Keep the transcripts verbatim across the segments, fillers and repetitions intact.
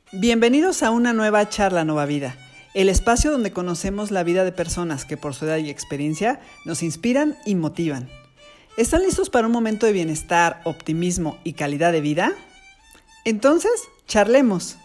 Bienvenidos a una nueva charla Nova Vida, el espacio donde conocemos la vida de personas que por su edad y experiencia nos inspiran y motivan. ¿Están listos para un momento de bienestar, optimismo y calidad de vida? Entonces, charlemos.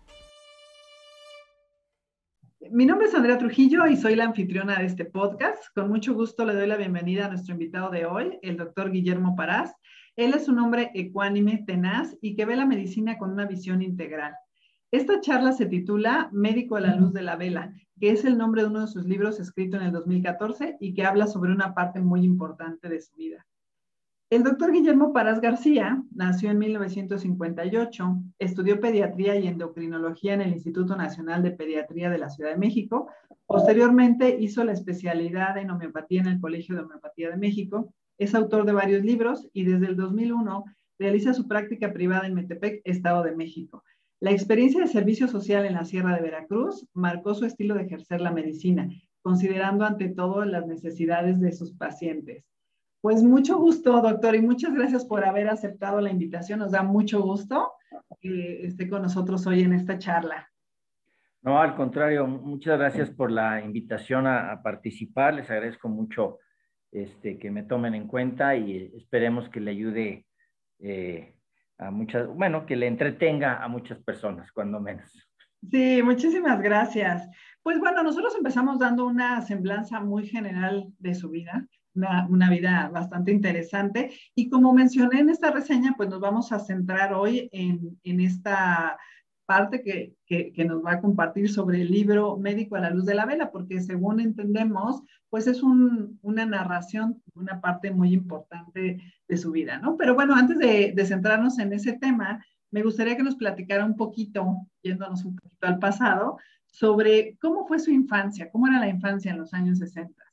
Mi nombre es Andrea Trujillo y soy la anfitriona de este podcast. Con mucho gusto le doy la bienvenida a nuestro invitado de hoy, el doctor Guillermo Parás. Él es un hombre ecuánime, tenaz y que ve la medicina con una visión integral. Esta charla se titula Médico a la luz de la vela, que es el nombre de uno de sus libros escrito en el dos mil catorce y que habla sobre una parte muy importante de su vida. El doctor Guillermo Parás García nació en mil novecientos cincuenta y ocho, estudió pediatría y endocrinología en el Instituto Nacional de Pediatría de la Ciudad de México. Posteriormente hizo la especialidad en homeopatía en el Colegio de Homeopatía de México. Es autor de varios libros y desde el dos mil uno realiza su práctica privada en Metepec, Estado de México. La experiencia de servicio social en la Sierra de Veracruz marcó su estilo de ejercer la medicina, considerando ante todo las necesidades de sus pacientes. Pues mucho gusto, doctor, y muchas gracias por haber aceptado la invitación. Nos da mucho gusto que esté con nosotros hoy en esta charla. No, al contrario, muchas gracias por la invitación a, a participar. Les agradezco mucho este, que me tomen en cuenta y esperemos que le ayude eh, a muchas, bueno, que le entretenga a muchas personas, cuando menos. Sí, muchísimas gracias. Pues bueno, nosotros empezamos dando una semblanza muy general de su vida, una, una vida bastante interesante. Y como mencioné en esta reseña, pues nos vamos a centrar hoy en, en esta parte que, que, que nos va a compartir sobre el libro Médico a la luz de la vela, porque según entendemos, pues es un, una narración, una parte muy importante de su vida, ¿no? Pero bueno, antes de, de centrarnos en ese tema, me gustaría que nos platicara un poquito, yéndonos un poquito al pasado, sobre cómo fue su infancia, cómo era la infancia en los años sesenta.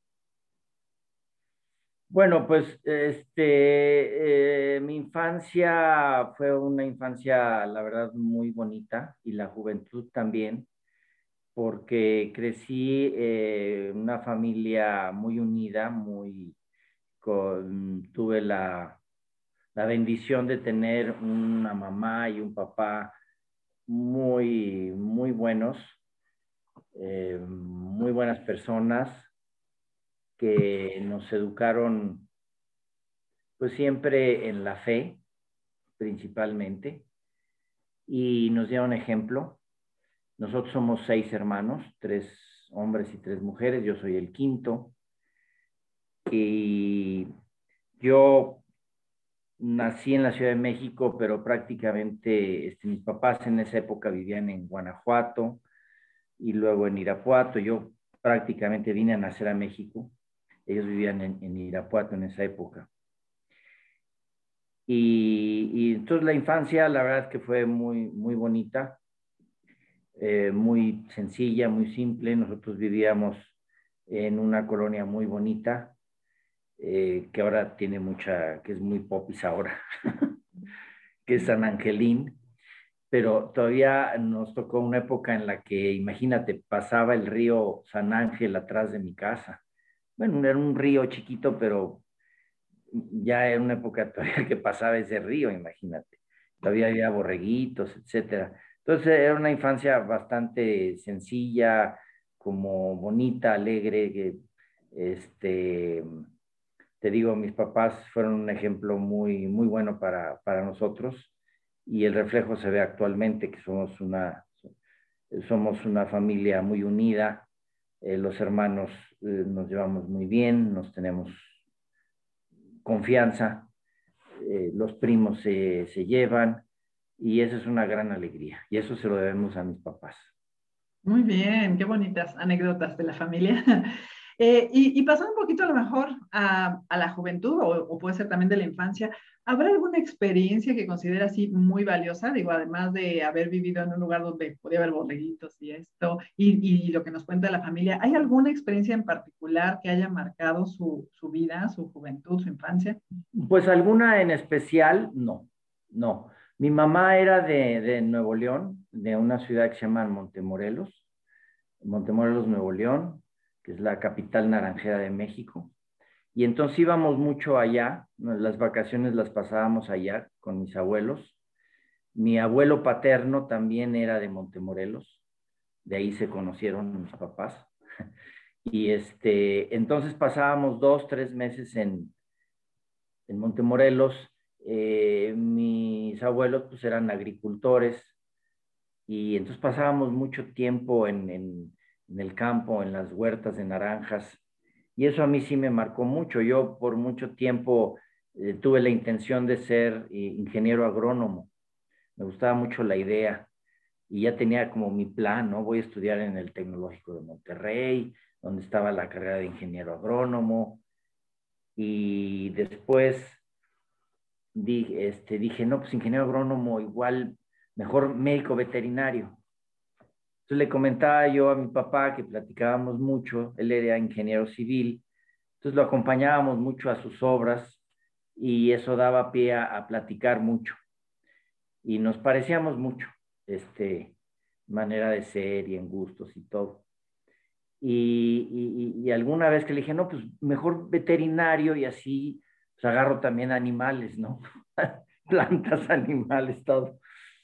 Bueno, pues este, eh, mi infancia fue una infancia, la verdad, muy bonita y la juventud también, porque crecí eh, en una familia muy unida, muy, con, tuve la, la bendición de tener una mamá y un papá muy, muy buenos, eh, muy buenas personas que nos educaron pues siempre en la fe, principalmente, y nos dieron ejemplo. Nosotros somos seis hermanos, tres hombres y tres mujeres, yo soy el quinto, y yo nací en la Ciudad de México, pero prácticamente este, mis papás en esa época vivían en Guanajuato y luego en Irapuato. Yo prácticamente vine a nacer a México. Ellos vivían en, en Irapuato en esa época. Y, y entonces la infancia, la verdad es que fue muy, muy bonita, eh, muy sencilla, muy simple. Nosotros vivíamos en una colonia muy bonita, eh, que ahora tiene mucha, que es muy popis ahora, que es San Angelín, pero todavía nos tocó una época en la que, imagínate, pasaba el río San Ángel atrás de mi casa. Bueno, era un río chiquito, pero ya era una época todavía que pasaba ese río, imagínate. Todavía había borreguitos, etcétera. Entonces era una infancia bastante sencilla, como bonita, alegre, que, este, te digo, mis papás fueron un ejemplo muy, muy bueno para, para nosotros y el reflejo se ve actualmente que somos una, somos una familia muy unida, eh, los hermanos eh, nos llevamos muy bien, nos tenemos confianza, eh, los primos se, se llevan y eso es una gran alegría y eso se lo debemos a mis papás. Muy bien, qué bonitas anécdotas de la familia. Eh, y, y pasando un poquito a lo mejor a, a la juventud o, o puede ser también de la infancia, ¿habrá alguna experiencia que considera así muy valiosa? Digo, además de haber vivido en un lugar donde podía haber borreguitos y esto, y, y lo que nos cuenta la familia, ¿hay alguna experiencia en particular que haya marcado su, su vida, su juventud, su infancia? Pues alguna en especial, no, no. Mi mamá era de, de Nuevo León, de una ciudad que se llama Montemorelos, Montemorelos, Nuevo León, que es la capital naranjera de México. Y entonces íbamos mucho allá, las vacaciones las pasábamos allá con mis abuelos. Mi abuelo paterno también era de Montemorelos, de ahí se conocieron mis papás. Y este, entonces pasábamos dos, tres meses en, en Montemorelos. Eh, mis abuelos pues eran agricultores y entonces pasábamos mucho tiempo en, en, en el campo, en las huertas de naranjas. Y eso a mí sí me marcó mucho. Yo por mucho tiempo eh, tuve la intención de ser eh, ingeniero agrónomo. Me gustaba mucho la idea y ya tenía como mi plan, ¿no? Voy a estudiar en el Tecnológico de Monterrey, donde estaba la carrera de ingeniero agrónomo. Y después dije, este, dije, no, pues ingeniero agrónomo igual, mejor médico veterinario. Entonces le comentaba yo a mi papá que platicábamos mucho, él era ingeniero civil, entonces lo acompañábamos mucho a sus obras y eso daba pie a, a platicar mucho. Y nos parecíamos mucho, este, manera de ser y en gustos y todo. Y, y, y alguna vez que le dije, no, pues mejor veterinario y así, pues agarro también animales, ¿no? Plantas, animales, todo.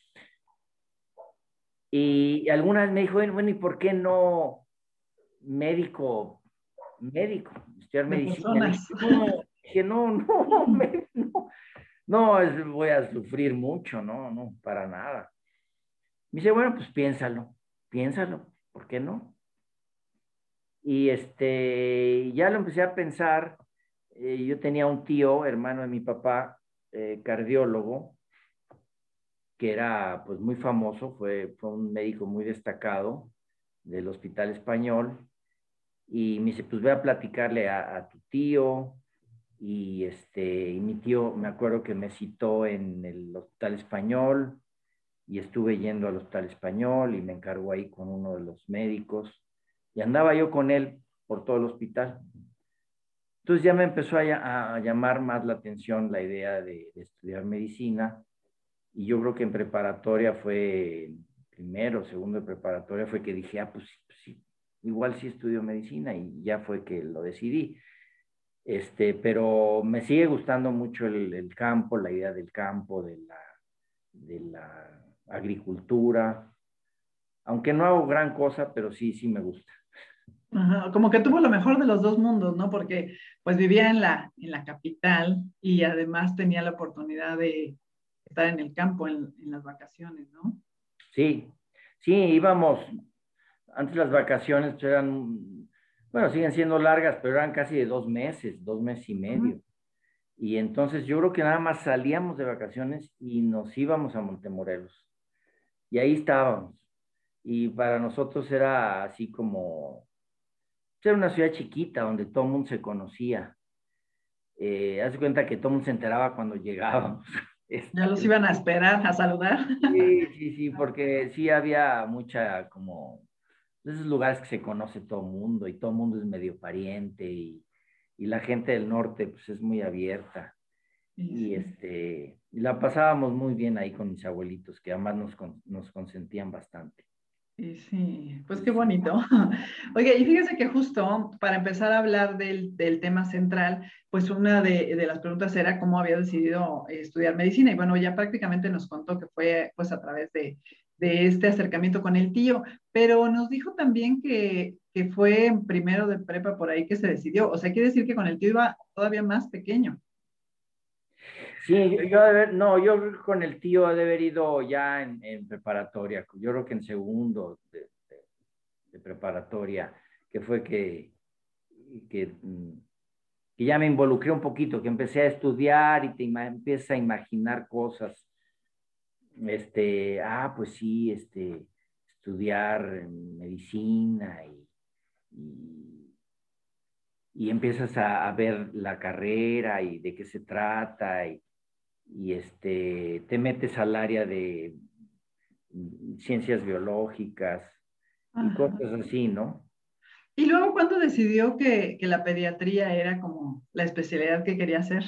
Y alguna vez me dijo, bueno, ¿y por qué no médico, médico, estudiar De medicina? Le dije, personas. no, dije, no, no, me- no, no, es- voy a sufrir mucho, no, no, para nada. Me dice, bueno, pues piénsalo, piénsalo, ¿por qué no? Y este, ya lo empecé a pensar. Eh, yo tenía un tío, hermano de mi papá, eh, cardiólogo, que era pues muy famoso, fue, fue un médico muy destacado del Hospital Español, y me dice, pues voy a platicarle a, a tu tío, y este, y mi tío, me acuerdo que me citó en el Hospital Español, y estuve yendo al Hospital Español, y me encargó ahí con uno de los médicos, y andaba yo con él por todo el hospital. Entonces ya me empezó a, a llamar más la atención la idea de, de estudiar medicina, y yo creo que en preparatoria fue, primero, segundo de preparatoria, fue que dije, ah, pues, pues sí, igual sí estudio medicina, y ya fue que lo decidí. Este, pero me sigue gustando mucho el, el campo, la idea del campo, de la, de la agricultura, aunque no hago gran cosa, pero sí, sí me gusta. Ajá, como que tuvo lo mejor de los dos mundos, ¿no? Porque pues vivía en la, en la capital y además tenía la oportunidad de estar en el campo en, en las vacaciones, ¿no? Sí, sí, íbamos, antes las vacaciones pues, eran, bueno, siguen siendo largas, pero eran casi de dos meses, dos meses y Ujú. medio. Y entonces yo creo que nada más salíamos de vacaciones y nos íbamos a Montemorelos. Y ahí estábamos. Y para nosotros era así como, era una ciudad chiquita donde todo el mundo se conocía. Eh, haz de cuenta que todo el mundo se enteraba cuando llegábamos. Ya Este, los iban a esperar, a saludar. sí, sí, sí, porque sí había mucha como de esos lugares que se conoce todo el mundo y todo el mundo es medio pariente y, y la gente del norte pues es muy abierta Sí, y sí. este y la pasábamos muy bien ahí con mis abuelitos que además nos, con- nos consentían bastante. Sí, sí, pues Sí, qué sí. bonito. Oye, y fíjese que justo para empezar a hablar del, del tema central, pues una de, de las preguntas era cómo había decidido eh, estudiar medicina. Y bueno, ya prácticamente nos contó que fue pues a través de, de este acercamiento con el tío, pero nos dijo también que, que fue en primero de prepa por ahí que se decidió. O sea, quiere decir que con el tío iba todavía más pequeño. Sí, yo, yo de haber- no, yo creo que con el tío he de haber ido ya en, en preparatoria, yo creo que en segundo de, de- de preparatoria, que fue que, que, mm, que ya me involucré un poquito, que empecé a estudiar y te ima- empiezas a imaginar cosas. Este, ah, pues sí, este, estudiar medicina y, y, y empiezas a, a ver la carrera y de qué se trata y, y este, te metes al área de mm, ciencias biológicas y Ajá. cosas así, ¿no? Y luego, ¿cuándo decidió que, que la pediatría era como la especialidad que quería hacer?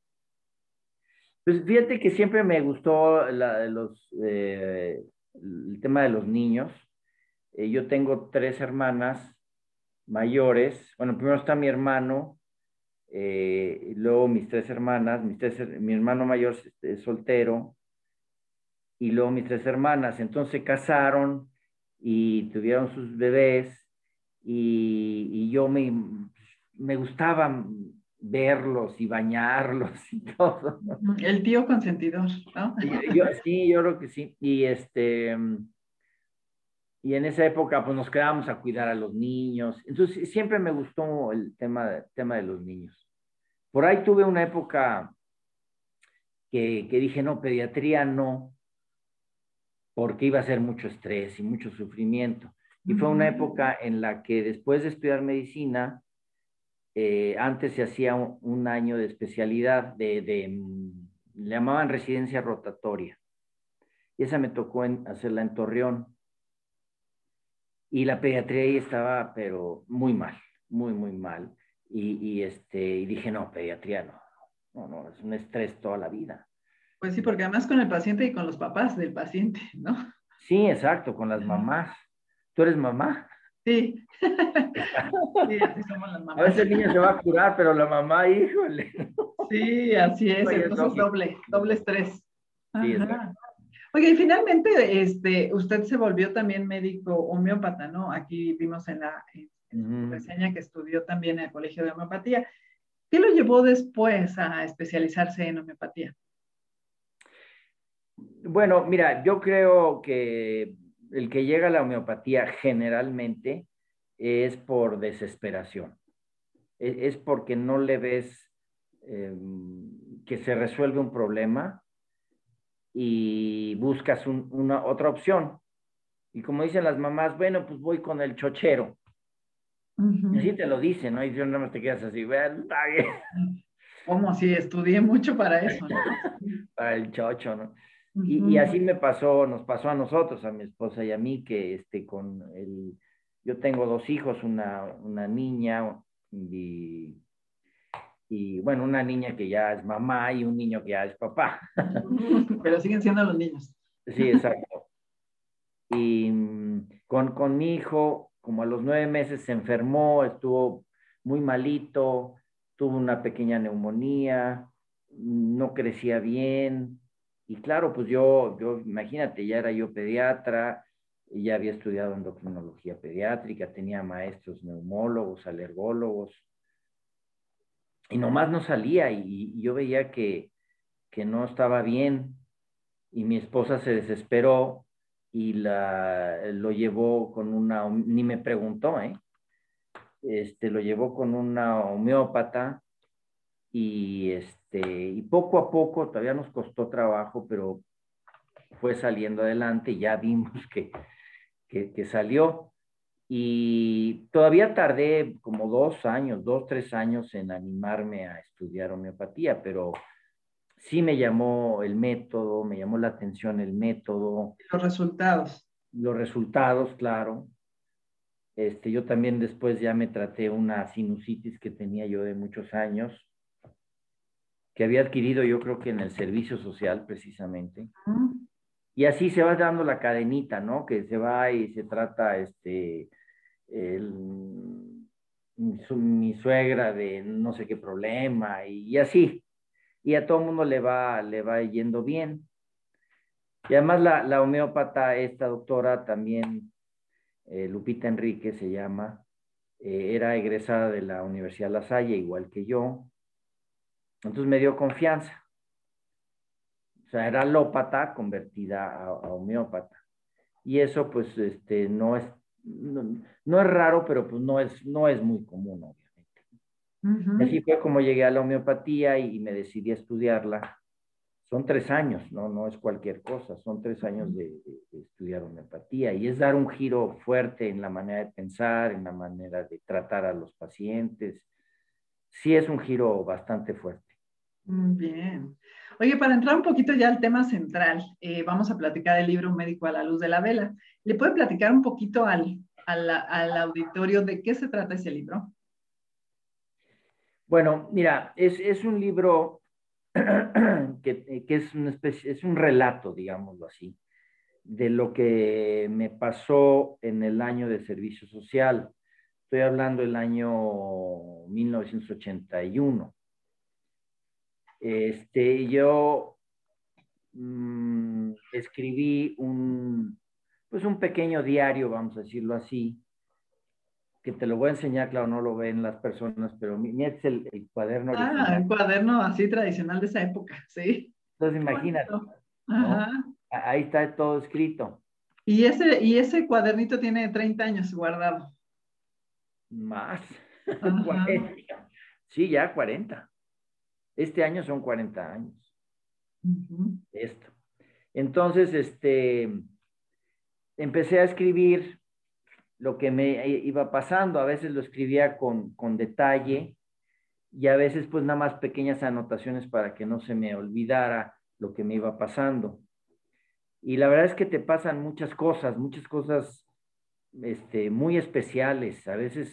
Pues fíjate que siempre me gustó la- los, eh, el tema de los niños. Eh, yo tengo tres hermanas mayores. Bueno, primero está mi hermano, eh, y luego mis tres hermanas. Mis tres her- mi hermano mayor es, es soltero y luego mis tres hermanas. Entonces se casaron y tuvieron sus bebés y, y yo me, me gustaba verlos y bañarlos y todo. El tío consentidor, ¿no? Y yo, sí, yo creo que sí. Y este, y en esa época pues nos quedábamos a cuidar a los niños. Entonces siempre me gustó el tema, tema de los niños. Por ahí tuve una época que, que dije, no, pediatría no, porque iba a ser mucho estrés y mucho sufrimiento. Y fue una época en la que después de estudiar medicina, eh, antes se hacía un, un, año de especialidad, de, de, le llamaban residencia rotatoria. Y esa me tocó en, hacerla en Torreón. Y la pediatría ahí estaba, pero muy mal, muy, muy mal. Y, y, este, y dije, no, pediatría no, no, no, es un estrés toda la vida. Pues sí, porque además con el paciente y con los papás del paciente, ¿no? Sí, exacto, con las mamás. ¿Tú eres mamá? Sí. Sí, así somos las A mamás. veces el niño se va a curar, pero la mamá, híjole. Sí, así es. Oye, es Entonces lógico. doble, doble estrés. Sí, exacto. Ajá. Oye, y finalmente, este, usted se volvió también médico homeópata, ¿no? Aquí vimos en la en, en su Uh-huh. reseña que estudió también en el Colegio de Homeopatía. ¿Qué lo llevó después a especializarse en homeopatía? Bueno, mira, yo creo que el que llega a la homeopatía generalmente es por desesperación. Es, es porque no le ves eh, que se resuelve un problema y buscas un, una otra opción. Y como dicen las mamás, bueno, pues voy con el chochero. Y Uh-huh. así te lo dicen, ¿no? Y yo nada más te quedas así, bueno, está bien. Como si estudié mucho para eso, ¿no? Para el chocho, ¿no? Y, y Uh-huh. así me pasó, nos pasó a nosotros, a mi esposa y a mí, que este, con el, yo tengo dos hijos, una, una niña y, y, bueno, una niña que ya es mamá y un niño que ya es papá. Pero siguen siendo los niños. Sí, exacto. Y mm, con, con mi hijo, como a los nueve meses se enfermó, estuvo muy malito, tuvo una pequeña neumonía, no crecía bien. Y claro, pues yo, yo, imagínate, ya era yo pediatra, ya había estudiado endocrinología pediátrica, tenía maestros neumólogos, alergólogos, y nomás no salía y, y yo veía que, que no estaba bien y mi esposa se desesperó y la, lo llevó con una, ni me preguntó, ¿eh? Este, lo llevó con una homeópata y, este, y poco a poco, todavía nos costó trabajo, pero fue saliendo adelante y ya vimos que, que, que salió. Y todavía tardé como dos años, dos, tres años en animarme a estudiar homeopatía, pero sí me llamó el método, me llamó la atención el método, Los resultados. los resultados, claro. Este, yo también después ya me traté una sinusitis que tenía yo de muchos años, que había adquirido yo creo que en el servicio social precisamente. Uh-huh. Y así se va dando la cadenita, ¿no? Que se va y se trata, este, el, mi, su, mi suegra de no sé qué problema y, y así. Y a todo el mundo le va, le va yendo bien. Y además la, la homeópata, esta doctora también, eh, Lupita Enrique se llama, eh, era egresada de la Universidad La Salle, igual que yo. Entonces me dio confianza. O sea, era alópata convertida a, a homeópata. Y eso pues este, no, es, no, no es raro, pero pues no es, no es muy común, obviamente. Y Uh-huh. así fue como llegué a la homeopatía y, y me decidí a estudiarla. Son tres años, no, no es cualquier cosa, son tres años de, de, de, estudiar homeopatía y es dar un giro fuerte en la manera de pensar, en la manera de tratar a los pacientes. Sí es un giro bastante fuerte. Bien. Oye, para entrar un poquito ya al tema central, eh, vamos a platicar del libro Un médico a la luz de la vela. ¿Le puede platicar un poquito al, al, al auditorio de qué se trata ese libro? Bueno, mira, es, es un libro que, que es, una especie, es un relato, digámoslo así, de lo que me pasó en el año de servicio social. Estoy hablando del año mil novecientos ochenta y uno. Este, yo mmm, escribí un, pues un pequeño diario, vamos a decirlo así, que te lo voy a enseñar, claro, no lo ven las personas, pero mira, este es el, el cuaderno Ah, original. un cuaderno así tradicional de esa época, sí. Entonces, Qué imagínate, bonito. ¿no? Ajá. Ahí está todo escrito. Y ese, y ese cuadernito tiene treinta años guardado. Más, Ajá. cuarenta. Sí, ya cuarenta. Este año son cuarenta años, Ujú. esto. Entonces, este, empecé a escribir lo que me iba pasando. A veces lo escribía con, con detalle y a veces pues nada más pequeñas anotaciones para que no se me olvidara lo que me iba pasando. Y la verdad es que te pasan muchas cosas, muchas cosas este, muy especiales, a veces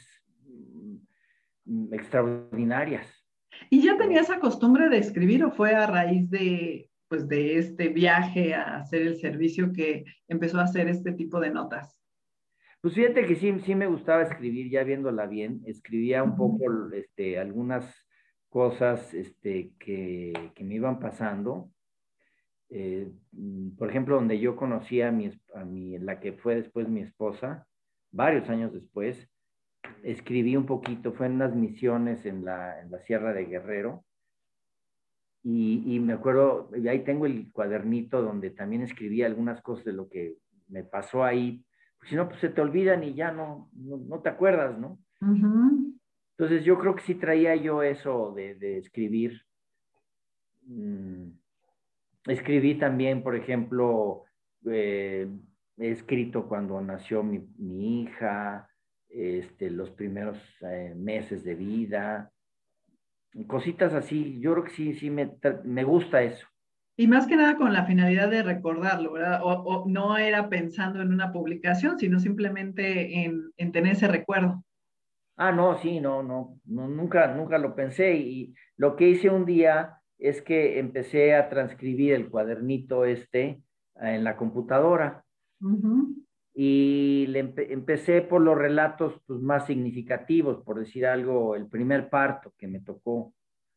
mm, extraordinarias, ¿Y ya tenía ¿no? esa costumbre de escribir o fue a raíz de, pues, de este viaje a hacer el servicio que empezó a hacer este tipo de notas? Pues fíjate que sí, sí me gustaba escribir, ya viéndola bien, escribía un Ujú. poco este, algunas cosas este, que, que me iban pasando. Eh, mm, por ejemplo, donde yo conocí a mi, a mi, la que fue después mi esposa, varios años después, escribí un poquito, fue en unas misiones en la, en la Sierra de Guerrero, y, y me acuerdo, y ahí tengo el cuadernito donde también escribí algunas cosas de lo que me pasó ahí, si no, pues se te olvidan y ya no, no, no te acuerdas, ¿no? Ujú. Entonces yo creo que sí traía yo eso de, de escribir. Mm, escribí también, por ejemplo, eh, he escrito cuando nació mi, mi hija, este, los primeros eh, meses de vida, cositas así. Yo creo que sí, sí me, me gusta eso. Y más que nada con la finalidad de recordarlo, ¿verdad? O, o no era pensando en una publicación, sino simplemente en, en tener ese recuerdo. Ah, no, sí, no, no, no, nunca, nunca lo pensé. Y lo que hice un día es que empecé a transcribir el cuadernito este eh, en la computadora. Ujú. Y le empe empecé por los relatos pues, más significativos, por decir algo, el primer parto que me tocó,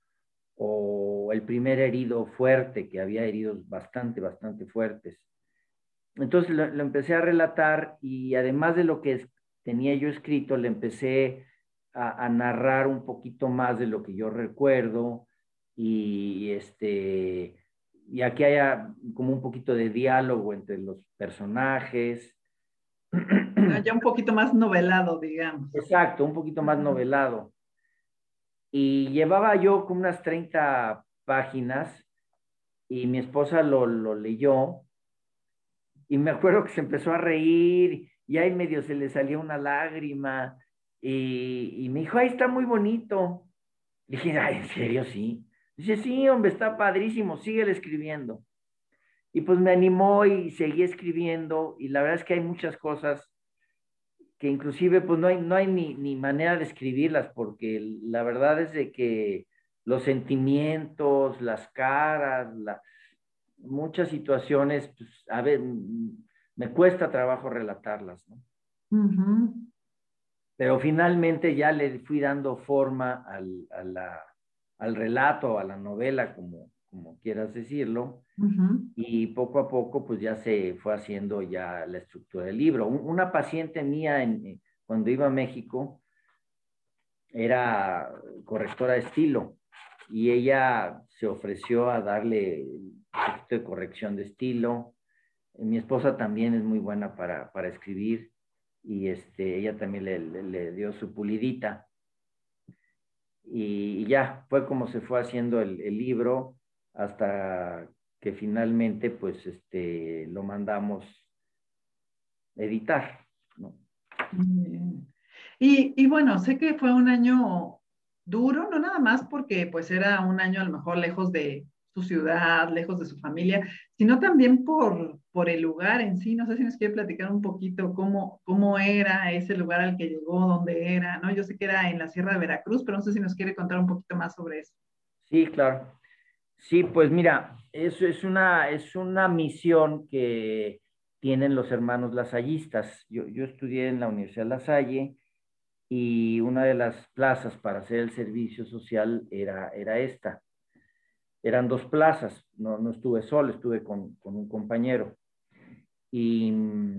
o el primer herido fuerte, que había heridos bastante, bastante fuertes. Entonces lo, lo empecé a relatar y además de lo que es, tenía yo escrito, le empecé a, a, narrar un poquito más de lo que yo recuerdo y este y aquí haya como un poquito de diálogo entre los personajes. Ah, ya un poquito más novelado, digamos. Exacto, un poquito más Ajá. novelado. Y llevaba yo como unas treinta páginas y mi esposa lo, lo leyó y me acuerdo que se empezó a reír y ahí medio se le salió una lágrima y, y me dijo, ay, está muy bonito. Le dije, ay, ¿en serio? Sí. Dice, sí, hombre, está padrísimo, síguele escribiendo. Y pues me animó y seguí escribiendo y la verdad es que hay muchas cosas que inclusive pues no hay, no hay ni, ni manera de escribirlas, porque la verdad es de que los sentimientos, las caras, la, muchas situaciones, pues a ver, me cuesta trabajo relatarlas, ¿no? Ujú. Pero finalmente ya le fui dando forma al, a la, al relato, a la novela, como, como quieras decirlo, Ujú. y poco a poco pues ya se fue haciendo ya la estructura del libro. Una paciente mía en, cuando iba a México era correctora de estilo y ella se ofreció a darle un poquito de corrección de estilo. Mi esposa también es muy buena para, para escribir y este, ella también le, le, le dio su pulidita y, y, ya fue como se fue haciendo el, el libro hasta que finalmente pues este, lo mandamos editar, ¿no? Muy bien. Y, y bueno, sé que fue un año duro, no nada más porque pues era un año a lo mejor lejos de su ciudad, lejos de su familia, sino también por, por el lugar en sí. No sé si nos quiere platicar un poquito cómo, cómo era ese lugar al que llegó, dónde era, ¿no? Yo sé que era en la Sierra de Veracruz, pero no sé si nos quiere contar un poquito más sobre eso. Sí, claro. Sí, pues mira, eso es una, es una misión que tienen los hermanos lasallistas. Yo, yo estudié en la Universidad La Salle y una de las plazas para hacer el servicio social era, era esta. eran dos plazas, no, no estuve solo, estuve con, con un compañero. Y,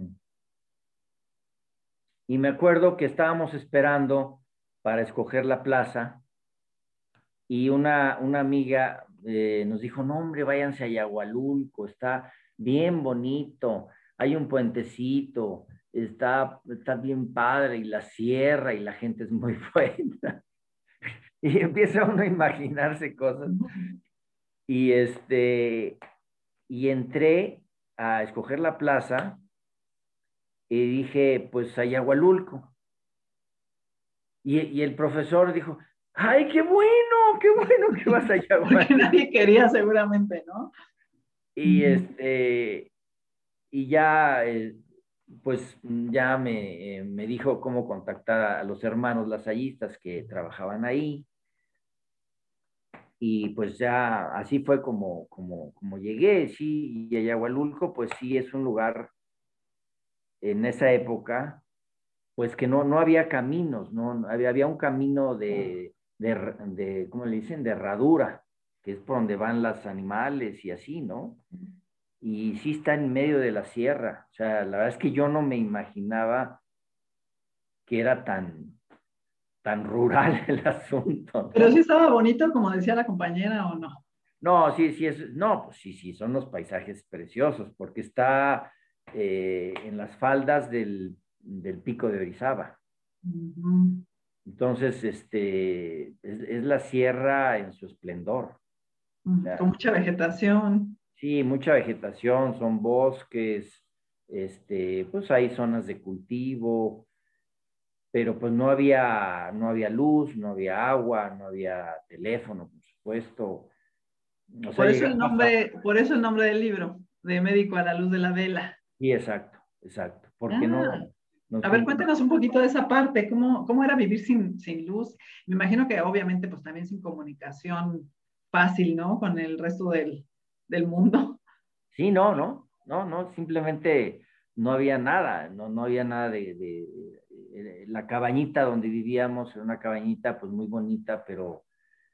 y me acuerdo que estábamos esperando para escoger la plaza y una, una amiga eh, nos dijo, no hombre, váyanse a Yagualulco, está bien bonito, hay un puentecito, está, está bien padre y la sierra y la gente es muy buena. Y empieza uno a imaginarse cosas. Y, este, y entré a escoger la plaza y dije, pues a Yagualulco. Y, y el profesor dijo, ¡ay, qué bueno! ¡Qué bueno que vas a Porque Yagualulco! nadie quería seguramente, ¿no? Y, Ujú. este, y ya, eh, pues ya me, eh, me dijo cómo contactar a los hermanos lasallistas que trabajaban ahí. Y pues ya así fue como, como, como llegué, sí, y Ayahualulco, pues sí es un lugar en esa época, pues que no, no había caminos, ¿no? Había, había un camino de, de, de, ¿cómo le dicen? De herradura, que es por donde van los animales y así, ¿no? Y sí está en medio de la sierra, o sea, la verdad es que yo no me imaginaba que era tan, tan rural el asunto, Pero sí ¿no? estaba bonito, como decía la compañera, ¿o no? No, sí, sí, es, no, pues sí, sí, son los paisajes preciosos, porque está eh, en las faldas del, del Pico de Orizaba. Ujú. Entonces, este, es, es la sierra en su esplendor. O Mm, con sea, mucha vegetación. sí, mucha vegetación, son bosques, este, pues hay zonas de cultivo, pero pues no había, no había luz, no había agua, no había teléfono, por supuesto. O sea, Por eso el llegamos a... nombre, por eso el nombre del libro, de Médico a la luz de la vela. Sí, exacto, exacto, porque Ah, no, nos a ver, fuimos, cuéntanos un poquito de esa parte, ¿cómo, cómo era vivir sin, sin luz? Me imagino que obviamente pues también sin comunicación fácil, ¿no? Con el resto del, del mundo. sí, no, no, no, no, simplemente no había nada, no, no había nada de, de, de- la cabañita donde vivíamos, era una cabañita pues muy bonita, pero,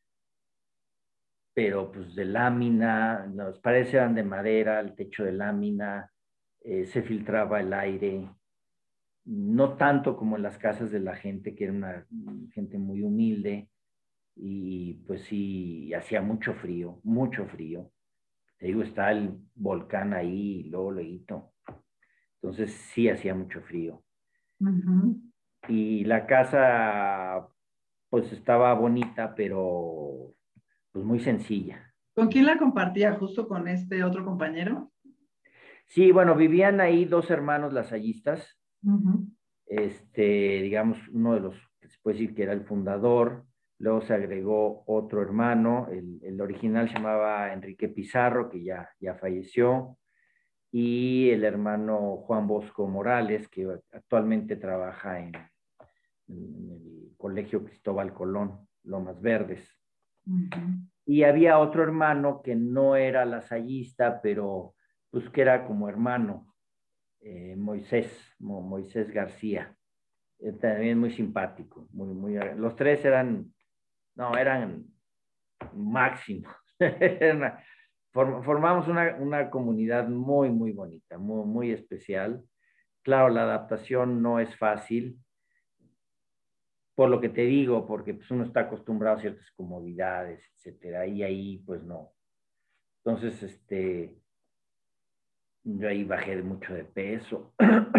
pero pues de lámina, las paredes eran de madera, el techo de lámina, eh, se filtraba el aire, no tanto como en las casas de la gente, que era una gente muy humilde, y pues sí, hacía mucho frío, mucho frío. Te digo, está el volcán ahí, y luego, luego. Entonces sí hacía mucho frío. Ujú. Y la casa, pues estaba bonita, pero pues muy sencilla. ¿Con quién la compartía? ¿Justo con este otro compañero? Sí, bueno, vivían ahí dos hermanos lasallistas. Ujú. Este, digamos, uno de los, que se puede decir que era el fundador. Luego se agregó otro hermano, el, el original se llamaba Enrique Pizarro, que ya, ya falleció, y el hermano Juan Bosco Morales, que actualmente trabaja en, en el Colegio Cristóbal Colón, Lomas Verdes. Ujú. Y había otro hermano que no era lasallista, pero pues que era como hermano, eh, Moisés, Mo, Moisés García. Eh, también muy simpático, muy, muy, los tres eran, no, eran máximos. Formamos una, una comunidad muy, muy bonita, muy, muy especial. Claro, la adaptación no es fácil, por lo que te digo, porque pues, uno está acostumbrado a ciertas comodidades, etcétera, y ahí pues no. Entonces, este, yo ahí bajé mucho de peso.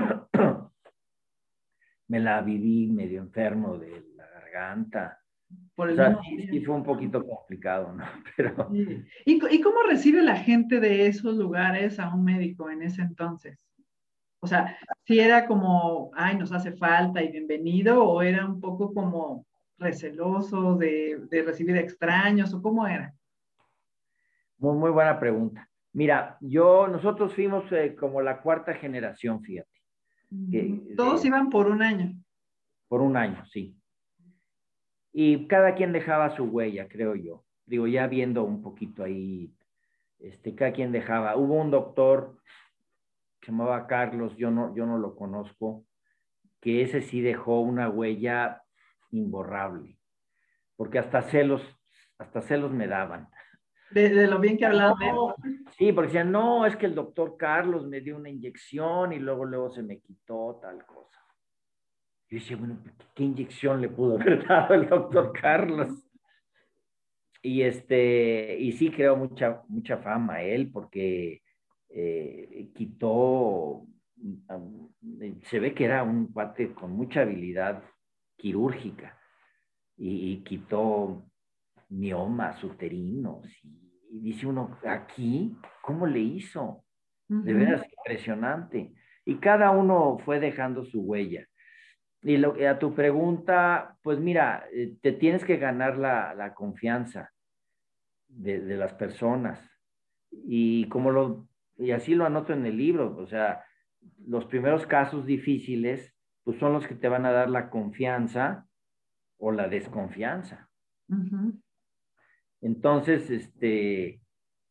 Me la viví medio enfermo de la garganta. Por O el sea, mismo sí, frío. sí fue un poquito complicado, ¿no? Pero Sí. ¿Y, co- y cómo recibe la gente de esos lugares a un médico en ese entonces? O sea, si era como, ay, nos hace falta y bienvenido, o era un poco como receloso de, de recibir extraños, o cómo era. muy, muy buena pregunta. Mira, yo, nosotros fuimos eh, como la cuarta generación, fíjate, que, Ujú. Todos de, iban por un año. por un año, sí. Y cada quien dejaba su huella, creo yo. Digo, ya viendo un poquito ahí, este, cada quien dejaba. Hubo un doctor que se llamaba Carlos, yo no, yo no lo conozco, que ese sí dejó una huella imborrable, porque hasta celos, hasta celos me daban. De, de lo bien que hablaban de él. No, sí, porque decían, no, es que el doctor Carlos me dio una inyección y luego, luego se me quitó tal cosa. Yo decía, bueno, ¿qué inyección le pudo haber dado el doctor Carlos? Y, este, y sí creó mucha, mucha fama él porque eh, quitó, um, se ve que era un cuate con mucha habilidad quirúrgica y, y quitó miomas uterinos. Y, y dice uno, aquí, ¿cómo le hizo? De Ujú, veras impresionante. Y cada uno fue dejando su huella. Y lo, a tu pregunta, pues mira, eh, te tienes que ganar la, la confianza de, de, las personas. Y como lo, y así lo anoto en el libro, o sea, los primeros casos difíciles, pues son los que te van a dar la confianza o la desconfianza. ujú. Entonces, este,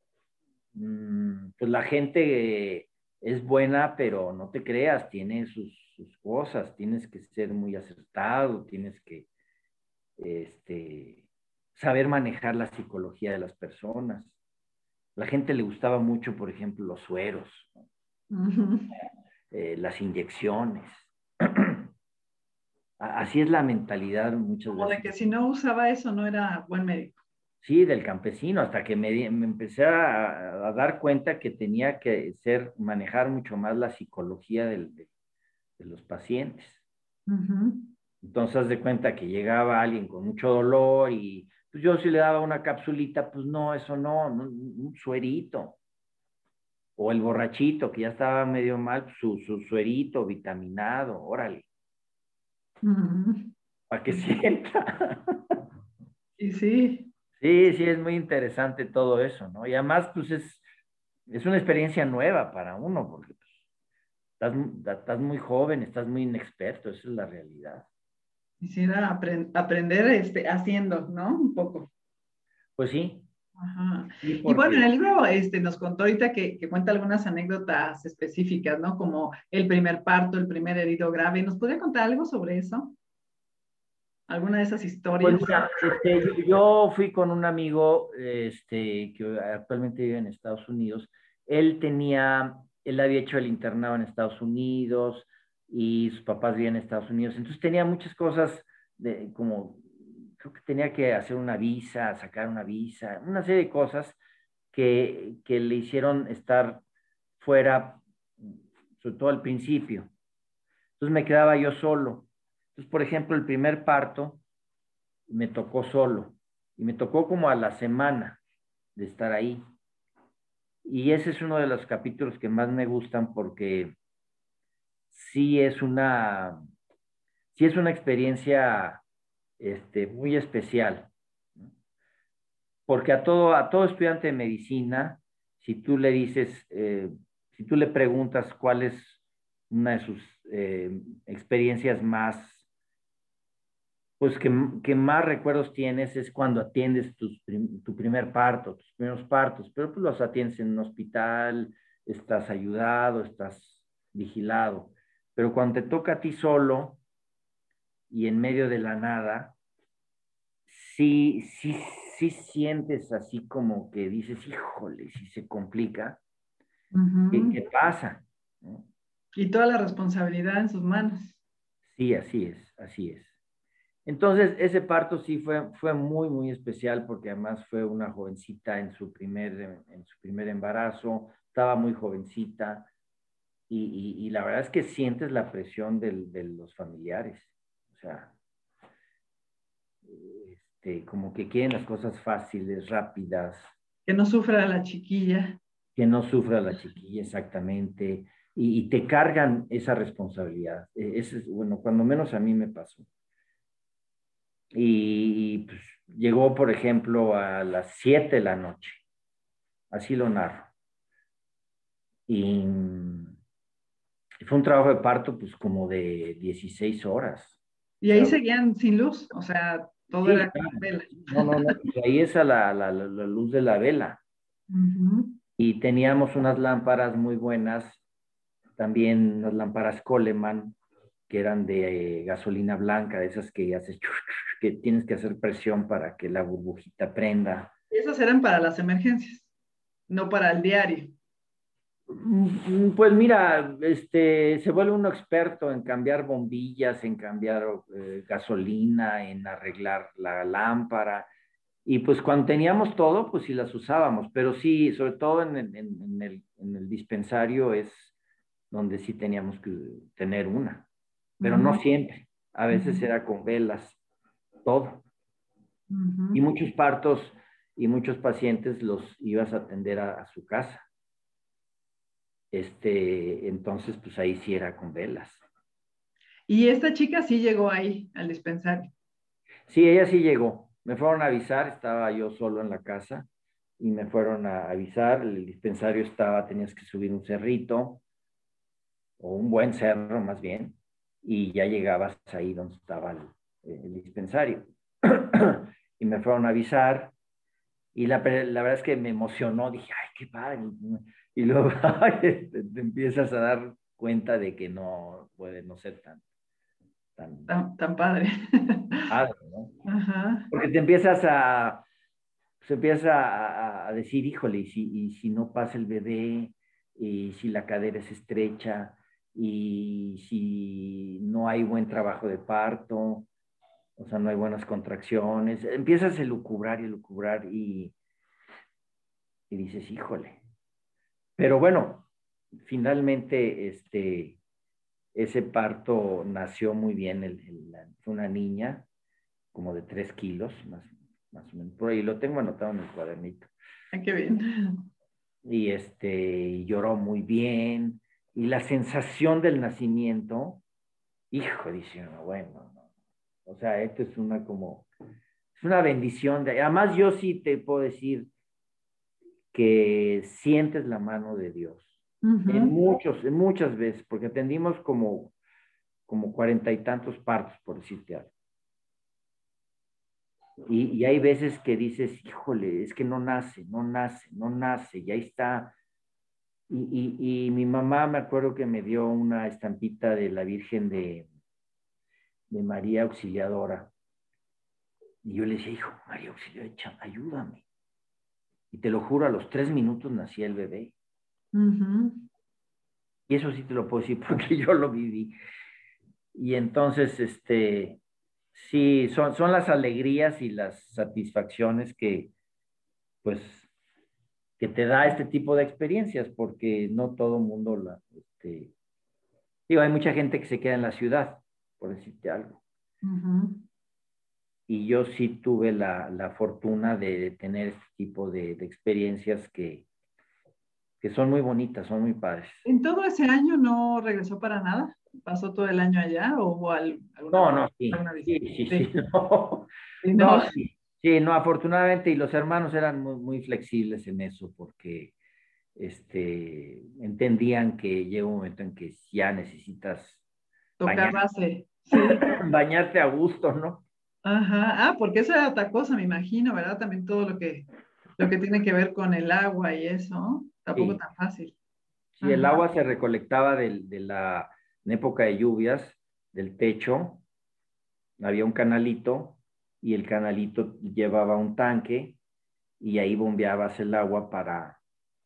pues la gente es buena, pero no te creas, tiene sus, sus cosas, tienes que ser muy acertado, tienes que este, saber manejar la psicología de las personas. La gente le gustaba mucho, por ejemplo, los sueros, Ujú. eh, las inyecciones. Así es la mentalidad muchas Como de veces. que si no usaba eso no era buen médico. Sí, del campesino, hasta que me, me empecé a, a, dar cuenta que tenía que ser, manejar mucho más la psicología del, de, de los pacientes. Ujú. Entonces, haz de cuenta que llegaba alguien con mucho dolor y pues yo si le daba una capsulita, pues no, eso no, no un suerito. O el borrachito que ya estaba medio mal, pues, su, su suerito vitaminado, órale, Ujú. para que sienta. Y sí, Sí, sí, es muy interesante todo eso, ¿no? Y además, pues es, es una experiencia nueva para uno, porque pues, estás, estás muy joven, estás muy inexperto, esa es la realidad. quisiera apren- aprender este, haciendo, ¿no? Un poco. Pues sí, Ajá. sí, Y bueno, en porque el libro este, nos contó ahorita que, que cuenta algunas anécdotas específicas, ¿no? Como el primer parto, el primer herido grave. ¿Nos podría contar algo sobre eso? ¿Alguna de esas pues historias? mira, este, yo, yo fui con un amigo este, que actualmente vive en Estados Unidos. Él tenía, él había hecho el internado en Estados Unidos y sus papás vivían en Estados Unidos. Entonces tenía muchas cosas de, como, creo que tenía que hacer una visa, sacar una visa, una serie de cosas que, que le hicieron estar fuera, sobre todo al principio. Entonces me quedaba yo solo. Entonces, por ejemplo, el primer parto me tocó solo y me tocó como a la semana de estar ahí. Y ese es uno de los capítulos que más me gustan porque sí es una, sí es una experiencia este, muy especial. Porque a todo, a todo estudiante de medicina, si tú le dices, eh, si tú le preguntas cuál es una de sus eh, experiencias más pues que, que más recuerdos tienes es cuando atiendes tus prim, tu primer parto, tus primeros partos, pero pues los atiendes en un hospital, estás ayudado, estás vigilado. Pero cuando te toca a ti solo y en medio de la nada, sí, sí, sí sientes así como que dices, híjole, si se complica, ¿qué, Ujú. qué pasa? ¿No? Y toda la responsabilidad en sus manos. Sí, así es, así es. Entonces, ese parto sí fue, fue muy, muy especial porque además fue una jovencita en su primer, en su primer embarazo, estaba muy jovencita y, y, y la verdad es que sientes la presión del, de los familiares. O sea, este, como que quieren las cosas fáciles, rápidas, Que no sufra la chiquilla. que no sufra la chiquilla exactamente y, y te cargan esa responsabilidad. E, ese es, bueno, cuando menos a mí me pasó. Y pues, llegó, por ejemplo, a las siete de la noche, así lo narro. Y, y fue un trabajo de parto, pues como de dieciséis horas. Y O ahí sea, seguían sin luz, o sea, todo sí, era con claro. vela. No, no, no, pues ahí es a la, la, la, la luz de la vela. Ujú. Y teníamos unas lámparas muy buenas, también unas lámparas Coleman, que eran de eh, gasolina blanca, de esas que haces, que tienes que hacer presión para que la burbujita prenda. Esas eran para las emergencias, no para el diario. Mm, Pues mira, este, se vuelve uno experto en cambiar bombillas, en cambiar eh, gasolina, en arreglar la lámpara. Y pues cuando teníamos todo, pues sí las usábamos, pero sí, sobre todo en, el- en- en el, en el dispensario es donde sí teníamos que tener una, pero no Ujú, siempre. A veces ujú, era con velas, todo. Y ujú. muchos partos y muchos pacientes los ibas a atender a, a su casa. Este, entonces, pues ahí sí era con velas. Y esta chica sí llegó ahí, al dispensario. Sí, ella sí llegó. Me fueron a avisar, estaba yo solo en la casa y me fueron a avisar. El dispensario estaba, tenías que subir un cerrito o un buen cerro más bien, y ya llegabas ahí donde estaba el, el dispensario. Y me fueron a avisar y la, la verdad es que me emocionó, dije, ay, qué padre. Y luego te, te empiezas a dar cuenta de que no puede no ser tan, tan Tan, tan padre. padre, ¿no? Ajá. Porque te empiezas a, se empieza a, a decir, híjole, y si, y si no pasa el bebé, y si la cadera es estrecha, y si no hay buen trabajo de parto, o sea, no hay buenas contracciones, empiezas a lucubrar y lucubrar y, y dices, híjole. Pero bueno, finalmente, este, ese parto nació muy bien, el, el, fue una niña como de tres kilos, más, más o menos, por ahí lo tengo anotado en el cuadernito. Ay, qué bien. Y este, lloró muy bien, y la sensación del nacimiento, hijo, dice uno, bueno, no. O sea, esto es una como, es una bendición. De, además, yo sí te puedo decir que sientes la mano de Dios. En Ujú. muchos, en muchas veces, porque atendimos como, como cuarenta y tantos partos, por decirte algo. Y, y hay veces que dices, híjole, es que no nace, no nace, no nace, y ahí está. Y, y, y mi mamá me acuerdo que me dio una estampita de la Virgen de, de María Auxiliadora. Y yo le decía, hijo, María Auxiliadora, ayúdame. Y te lo juro, a los tres minutos nacía el bebé. Ujú. Y eso sí te lo puedo decir porque yo lo viví. Y entonces, este, sí, son, son las alegrías y las satisfacciones que, pues, que te da este tipo de experiencias, porque no todo mundo la, este, digo, hay mucha gente que se queda en la ciudad, por decirte algo. Ujú. Y yo sí tuve la, la fortuna de, de tener este tipo de, de experiencias que, que son muy bonitas, son muy padres. ¿En todo ese año no regresó para nada? ¿Pasó todo el año allá o hubo al- alguna, No, no, sí, alguna sí, visita? sí, sí, Sí, no, sí, no. no, sí, sí, no, afortunadamente, y los hermanos eran muy, muy flexibles en eso, porque este, entendían que llega un momento en que ya necesitas Tocar bañar, base, sí. bañarte a gusto, ¿no? Ajá. Ah, porque eso era otra cosa, me imagino, ¿verdad? También todo lo que, lo que tiene que ver con el agua y eso, tampoco Sí, tan fácil. sí, el Ajá. agua se recolectaba del- de, la en época de lluvias, del techo, había un canalito y el canalito llevaba un tanque y ahí bombeabas el agua para,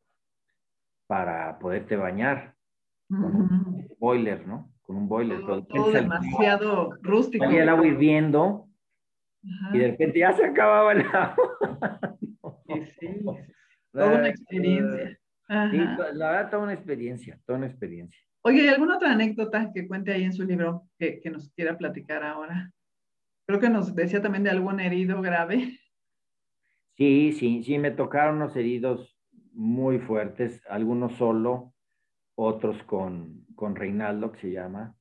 para poderte bañar con un Ujú. boiler, ¿no? Con un boiler, pero de Todo, repente todo salía, demasiado salía rústico. el agua hirviendo y de Ajá. repente ya se acababa el agua. Sí, sí. Toda una Eh, experiencia. Sí, Ajá. la verdad, toda una experiencia, toda una experiencia. Oye, ¿y alguna otra anécdota que cuente ahí en su libro que, que nos quiera platicar ahora? Creo que nos decía también de algún herido grave. Sí, sí, sí, me tocaron unos heridos muy fuertes, algunos solo, otros con, con Reinaldo, que se llama.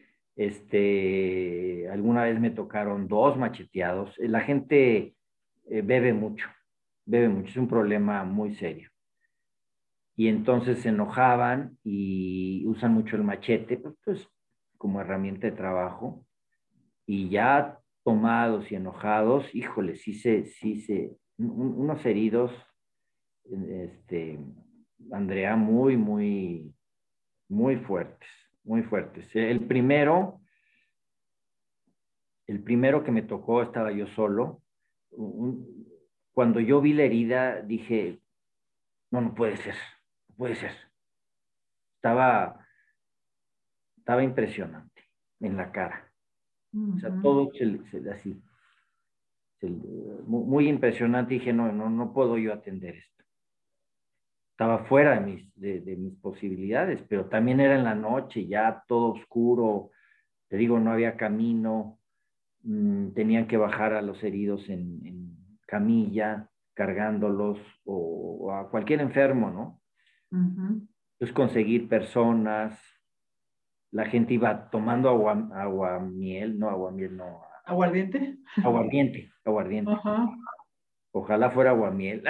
Este, alguna vez me tocaron dos macheteados. La gente eh, bebe mucho, bebe mucho, es un problema muy serio. Y entonces se enojaban y usan mucho el machete, pues, pues, como herramienta de trabajo. Y ya tomados y enojados, híjole, sí se, sí se, un- unos heridos, este, Andrea, muy, muy, muy fuertes, muy fuertes. El primero, el primero que me tocó estaba yo solo. Un- cuando yo vi la herida, dije, no, no puede ser, no puede ser. Estaba, estaba impresionante en la cara. O sea, Ujú. todo se, se- así, se- muy, muy impresionante. Dije, no, no, no puedo yo atender esto. Estaba fuera de mis, de, de mis posibilidades, pero también era en la noche, ya todo oscuro. Te digo, no había camino. mm, tenían que bajar a los heridos en, en camilla, cargándolos, o, o a cualquier enfermo, ¿no? Ujú. Entonces conseguir personas, la gente iba tomando agua, agua miel, no agua miel, no, ¿Aguardiente? aguardiente, aguardiente. Ajá. Ojalá fuera aguamiel.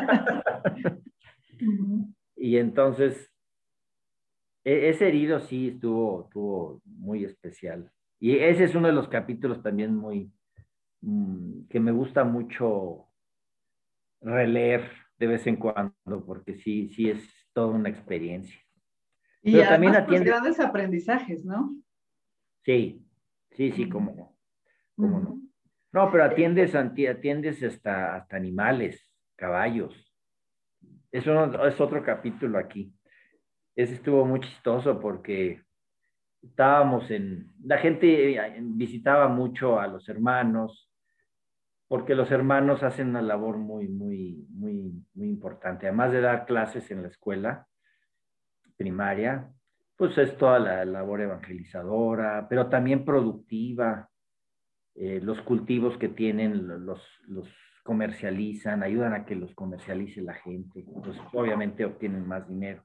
Ujú. Y entonces, e- ese herido sí estuvo, estuvo muy especial. Y ese es uno de los capítulos también muy, mm, que me gusta mucho releer de vez en cuando, porque sí, sí es toda una experiencia. Y Pero también además, pues atiende, grandes aprendizajes, ¿no? sí, sí, sí, Ujú. cómo no, cómo no. Ujú. No, pero atiendes, anti- atiendes hasta, hasta animales, caballos. Eso no- es otro capítulo aquí. Ese estuvo muy chistoso porque estábamos en, la gente eh, visitaba mucho a los hermanos, porque los hermanos hacen una labor muy, muy, muy, muy importante. Además de dar clases en la escuela primaria, pues es toda la labor evangelizadora, pero también productiva. Eh, los cultivos que tienen los, los comercializan, ayudan a que los comercialice la gente. Pues obviamente obtienen más dinero.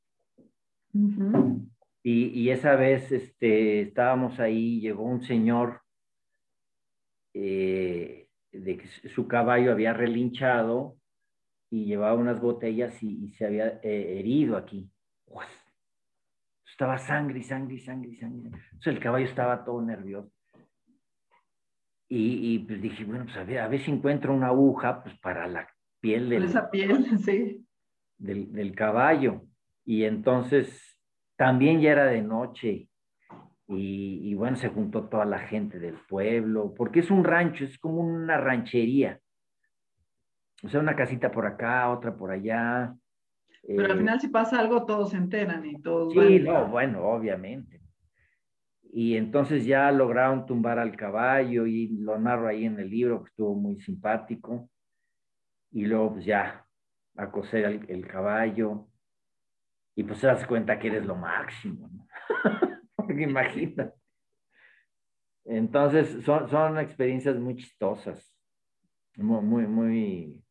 Ujú. Y, y esa vez este, estábamos ahí, llegó un señor eh, de que su caballo había relinchado y llevaba unas botellas y, y se había eh, herido aquí. Pues, estaba sangre y sangre y sangre y sangre. Entonces el caballo estaba todo nervioso. Y, y pues dije, bueno, pues a ver, a ver si encuentro una aguja pues para la piel Con del, esa piel, sí. del, del caballo. Y entonces también ya era de noche. Y, y bueno, se juntó toda la gente del pueblo, porque es un rancho, es como una ranchería. O sea, una casita por acá, otra por allá. Pero al Eh, final si pasa algo, todos se enteran y todos van sí, y... no, bueno, obviamente. Y entonces ya lograron tumbar al caballo y lo narro ahí en el libro, que estuvo muy simpático. Y luego pues ya a coser el, el caballo. Y pues te das cuenta que eres lo máximo, ¿no? Porque imagina. Entonces son, son experiencias muy chistosas, muy, muy, muy,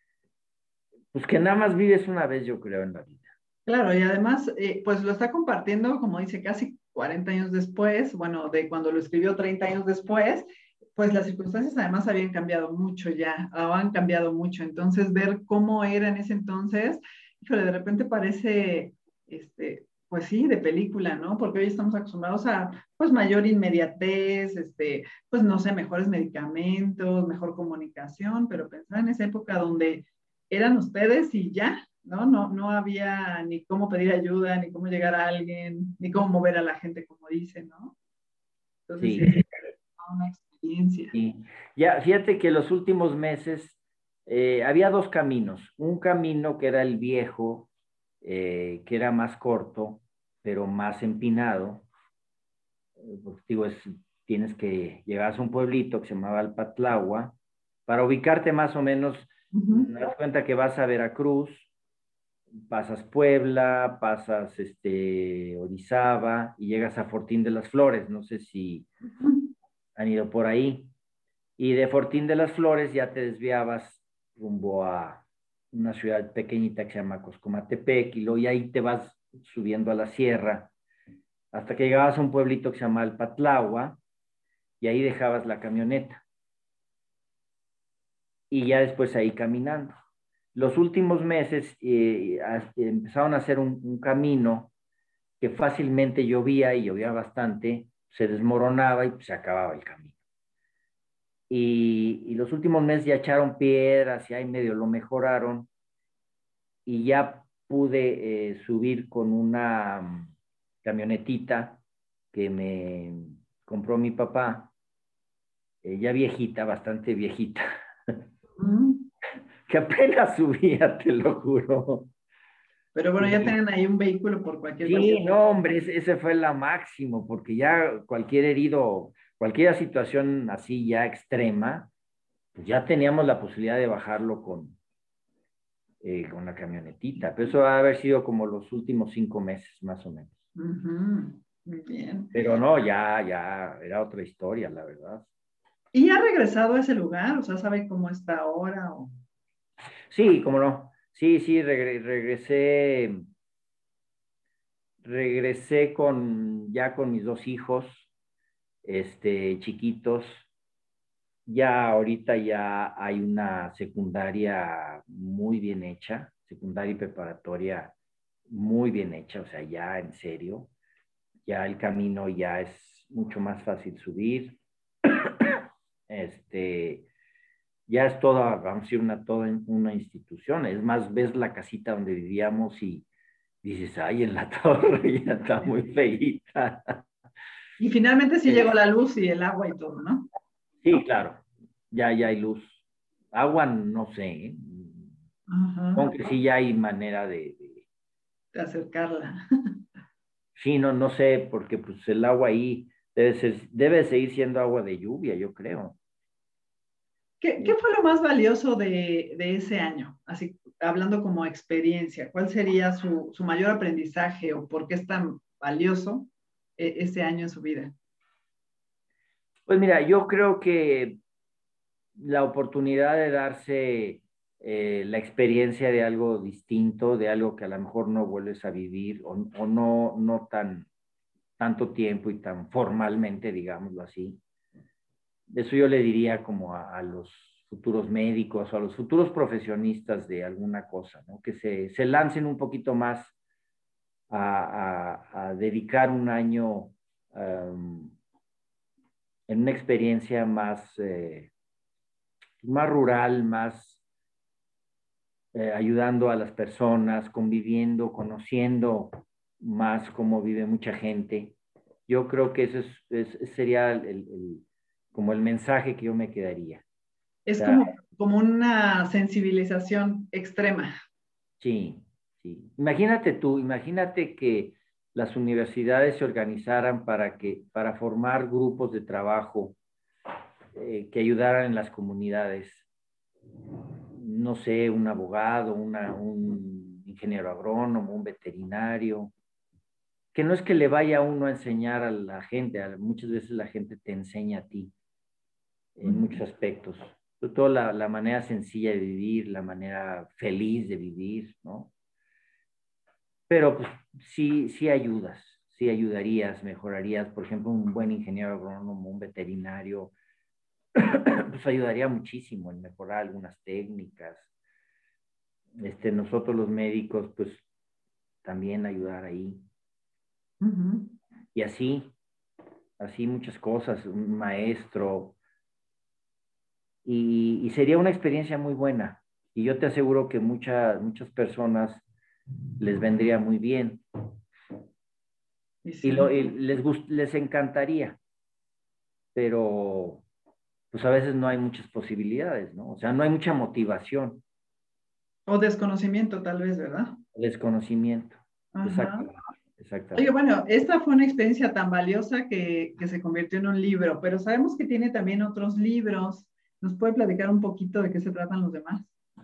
pues que nada más vives una vez, yo creo, en la vida. Claro, y además, eh, pues lo está compartiendo, como dice, casi cuarenta años después, bueno, de cuando lo escribió treinta años después, pues las circunstancias además habían cambiado mucho ya, o han cambiado mucho. Entonces, ver cómo era en ese entonces, híjole, de repente parece, este, pues sí, de película, ¿no? Porque hoy estamos acostumbrados a, pues, mayor inmediatez, este, pues, no sé, mejores medicamentos, mejor comunicación, pero pensar en esa época donde eran ustedes y ya, ¿no? No, no había ni cómo pedir ayuda, ni cómo llegar a alguien, ni cómo mover a la gente, como dice, ¿no? Entonces sí, Sí, es una experiencia. sí. Ya, fíjate que los últimos meses eh, había dos caminos. Un camino que era el viejo, eh, que era más corto, pero más empinado. Eh, porque digo, es, tienes que llegar a un pueblito que se llamaba Alpatlagua. Para ubicarte más o menos, Ujú. te das cuenta que vas a Veracruz, pasas Puebla, pasas este, Orizaba y llegas a Fortín de las Flores. No sé si Ujú. han ido por ahí. Y de Fortín de las Flores ya te desviabas rumbo a una ciudad pequeñita que se llama Coscomatepec y luego y ahí te vas subiendo a la sierra hasta que llegabas a un pueblito que se llama Alpatlagua y ahí dejabas la camioneta y ya después ahí caminando. Los últimos meses eh, empezaron a hacer un, un camino que fácilmente llovía y llovía bastante, se desmoronaba y pues, se acababa el camino. Y, y los últimos meses ya echaron piedras y ahí medio lo mejoraron y ya pude eh, subir con una um, camionetita que me compró mi papá, eh, ya viejita, bastante viejita. Ujú. que apenas subía, te lo juro. Pero bueno, ya Y, tienen ahí un vehículo por cualquier cosa. sí, no, hombre, ese, ese fue la máximo, porque ya cualquier herido, cualquier situación así ya extrema, pues ya teníamos la posibilidad de bajarlo con, eh, con la camionetita. Pero eso va a haber sido como los últimos cinco meses, más o menos. Ujú, muy bien. Pero no, ya, ya, era otra historia, la verdad. ¿Y ha regresado a ese lugar? O sea, ¿sabe cómo está ahora? O... Sí, cómo no. Sí, sí, regre- regresé, regresé con, ya con mis dos hijos, este, chiquitos. Ya ahorita ya hay una secundaria muy bien hecha, secundaria y preparatoria muy bien hecha, o sea, ya en serio, ya el camino ya es mucho más fácil subir. Este, ya es toda, vamos a decir, una, toda una institución. Es más, ves la casita donde vivíamos y dices, ay, en la torre ya está muy feíta. Y finalmente sí llegó Es- la luz y el agua y todo, ¿no? sí, claro, ya, ya hay luz. Agua, no sé, ¿eh? Ajá, Aunque sí ya hay manera de, de- de acercarla. sí, no, no sé, porque pues el agua ahí debe ser, debe seguir siendo agua de lluvia, yo creo. ¿Qué, qué fue lo más valioso de, de ese año? Así, hablando como experiencia, ¿cuál sería su, su mayor aprendizaje o por qué es tan valioso eh, ese año en su vida? Pues mira, yo creo que la oportunidad de darse eh, la experiencia de algo distinto, de algo que a lo mejor no vuelves a vivir o, o no, no tan tanto tiempo y tan formalmente, digámoslo así. Eso yo le diría como a, a los futuros médicos o a los futuros profesionistas de alguna cosa, ¿no? Que se, se lancen un poquito más a, a, a dedicar un año um, en una experiencia más, eh, más rural, más eh, ayudando a las personas, conviviendo, conociendo más cómo vive mucha gente. Yo creo que eso es, es- sería el, el- como el mensaje que yo me quedaría. O Es sea, como, como una sensibilización extrema. sí, sí. Imagínate tú, imagínate que las universidades se organizaran para que, para formar grupos de trabajo eh, que ayudaran en las comunidades. No sé, un abogado, una, un ingeniero agrónomo, un veterinario, que no es que le vaya a uno a enseñar a la gente, a, muchas veces la gente te enseña a ti en muchos aspectos, sobre todo la, la manera sencilla de vivir, la manera feliz de vivir, ¿no? Pero pues sí, sí ayudas, sí ayudarías, mejorarías, por ejemplo, un buen ingeniero agrónomo, un veterinario, pues ayudaría muchísimo en mejorar algunas técnicas. Este, nosotros los médicos, pues también ayudar ahí. Uh -huh. Y así, así muchas cosas, un maestro, y, y sería una experiencia muy buena. Y yo te aseguro que muchas muchas personas les vendría muy bien Y y, sí. lo, y les, gust, les encantaría, pero pues a veces no hay muchas posibilidades, ¿no? O sea, no hay mucha motivación, O desconocimiento tal vez, ¿verdad? desconocimiento. Ajá. Exactamente, Oye, exactamente. bueno, esta fue una experiencia tan valiosa que, que se convirtió en un libro, pero sabemos que tiene también otros libros. ¿Nos puede platicar un poquito de qué se tratan los demás?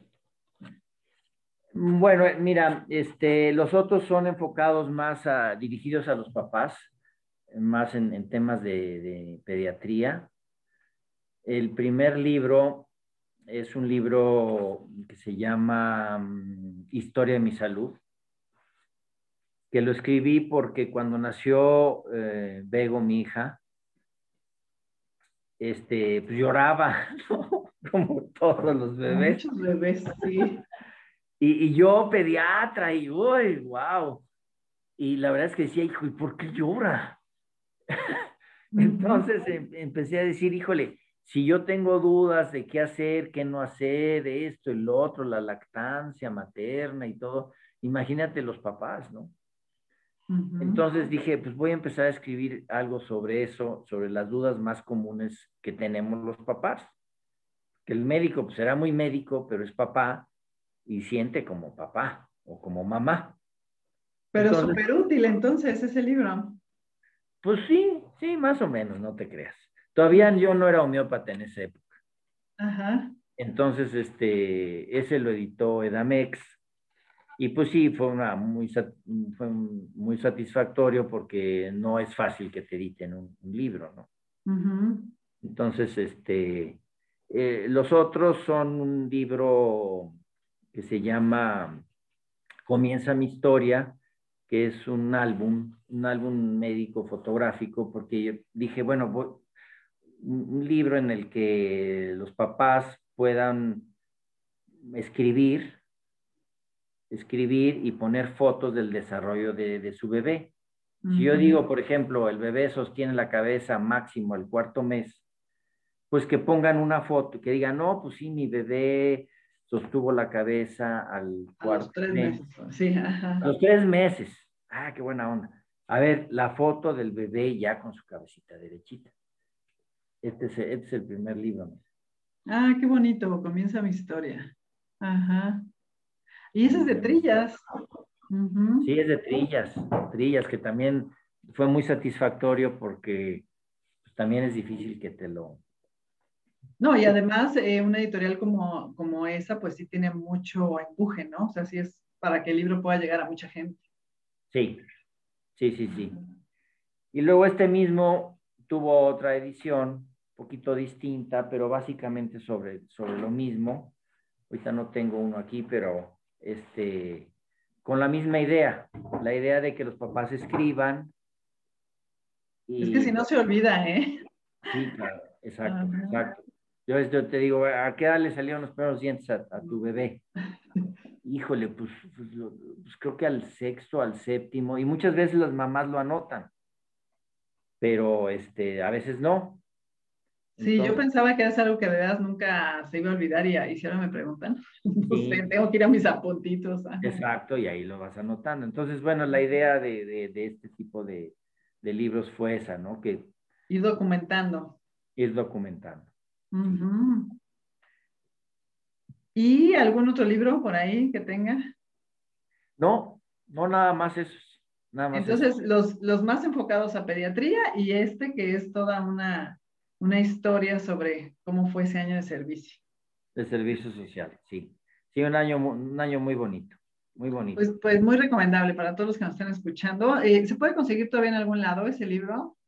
Bueno, eh, mira, este, los otros son enfocados más a, dirigidos a los papás, más en, en temas de, de pediatría. El primer libro es un libro que se llama um, Historia de mi salud, que lo escribí porque cuando nació eh, Bego, mi hija, este, pues lloraba, ¿no? Como todos los Como bebés. muchos bebés, sí. Y, y yo, pediatra, y uy, wow. Y la verdad es que decía, hijo, ¿y por qué llora? Ujú, Entonces em, empecé a decir, híjole, si yo tengo dudas de qué hacer, qué no hacer, esto, el otro, la lactancia materna y todo, imagínate los papás, ¿no? ujú. Entonces dije, pues voy a empezar a escribir algo sobre eso, sobre las dudas más comunes que tenemos los papás. que el médico pues será muy médico, pero es papá y siente como papá o como mamá. Pero Entonces, súper útil entonces ese libro. pues sí, sí, más o menos, no te creas. Todavía yo no era homeópata en esa época. Ajá. Entonces, este, ese lo editó Edamex. Y pues sí, fue, una muy, fue muy satisfactorio porque no es fácil que te editen un, un libro, ¿no? Uh-huh. Entonces, este, eh, los otros son un libro que se llama Comienza mi historia, que es un álbum, un álbum médico fotográfico, porque yo dije, bueno, voy, un libro en el que los papás puedan escribir, escribir y poner fotos del desarrollo de, de su bebé. Si yo Uh-huh. digo, por ejemplo, el bebé sostiene la cabeza máximo el cuarto mes, pues que pongan una foto, que digan, no, pues sí, mi bebé sostuvo la cabeza al A los cuarto tres mes, meses. Sí, a ajá. los tres meses. Ah, qué buena onda. A ver, la foto del bebé ya con su cabecita derechita. Este es, este es el primer libro. Ah, qué bonito, comienza mi historia. Ajá. Y ese es de Comienza mi historia. Trillas. Ujú. Sí, es de Trillas, Trillas, que también fue muy satisfactorio porque pues, también es difícil que te lo... No, y además eh, una editorial como, como esa, pues sí tiene mucho empuje, ¿no? O sea, sí es para que el libro pueda llegar a mucha gente. Sí, sí, sí, sí. Y luego este mismo tuvo otra edición, un poquito distinta, pero básicamente sobre, sobre lo mismo. Ahorita no tengo uno aquí, pero este, con la misma idea, la idea de que los papás escriban Es que y si no pues se olvida, ¿eh? sí, claro, exacto, Ajá. exacto. Yo, yo te digo, ¿a qué edad le salieron los primeros dientes a, a tu bebé? Híjole, pues, pues, lo, pues creo que al sexto, al séptimo, y muchas veces las mamás lo anotan, pero este, a veces no. Sí, yo Entonces, pensaba que es algo que de verdad nunca se iba a olvidar y, y si ahora me preguntan, no sé, sí, tengo que ir a mis apuntitos. Ajá. exacto, y ahí lo vas anotando. Entonces, bueno, la idea de, de, de este tipo de, de libros fue esa, ¿no? Que Ir documentando. ir documentando. Sí. Ujú. ¿Y algún otro libro por ahí que tenga? No, no nada más eso, nada más eso, Entonces, los, los más enfocados a pediatría y este que es toda una, una historia sobre cómo fue ese año de servicio. de servicio social, sí. Sí, un año, mu- un año muy bonito, muy bonito. Pues, pues muy recomendable para todos los que nos estén escuchando. Eh, ¿se puede conseguir todavía en algún lado ese libro?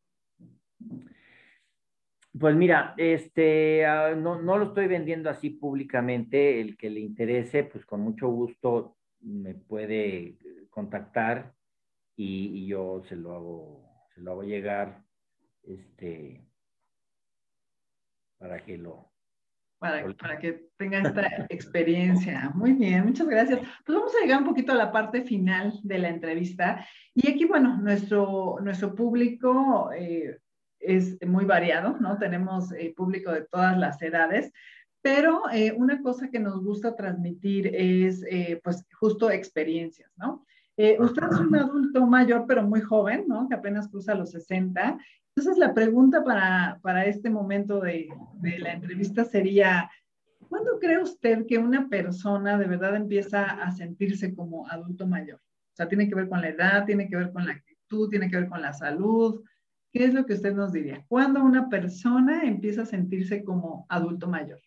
Pues mira, este, ah, no, no lo estoy vendiendo así públicamente. El que le interese, pues con mucho gusto me puede contactar y, y yo se lo hago, se lo hago llegar, este, para que lo, lo Para, lea. para que tenga esta experiencia. Muy bien, muchas gracias. Pues vamos a llegar un poquito a la parte final de la entrevista. Y aquí, bueno, nuestro, nuestro público eh, es muy variado, ¿no? Tenemos eh, público de todas las edades, pero eh, una cosa que nos gusta transmitir es, eh, pues, justo experiencias, ¿no? Eh, usted es un adulto mayor, pero muy joven, ¿no? Que apenas cruza los sesenta. Entonces, la pregunta para, para este momento de, de la entrevista sería, ¿cuándo cree usted que una persona de verdad empieza a sentirse como adulto mayor? O sea, tiene que ver con la edad, tiene que ver con la actitud, tiene que ver con la salud. ¿Qué es lo que usted nos diría? ¿Cuándo una persona empieza a sentirse como adulto mayor?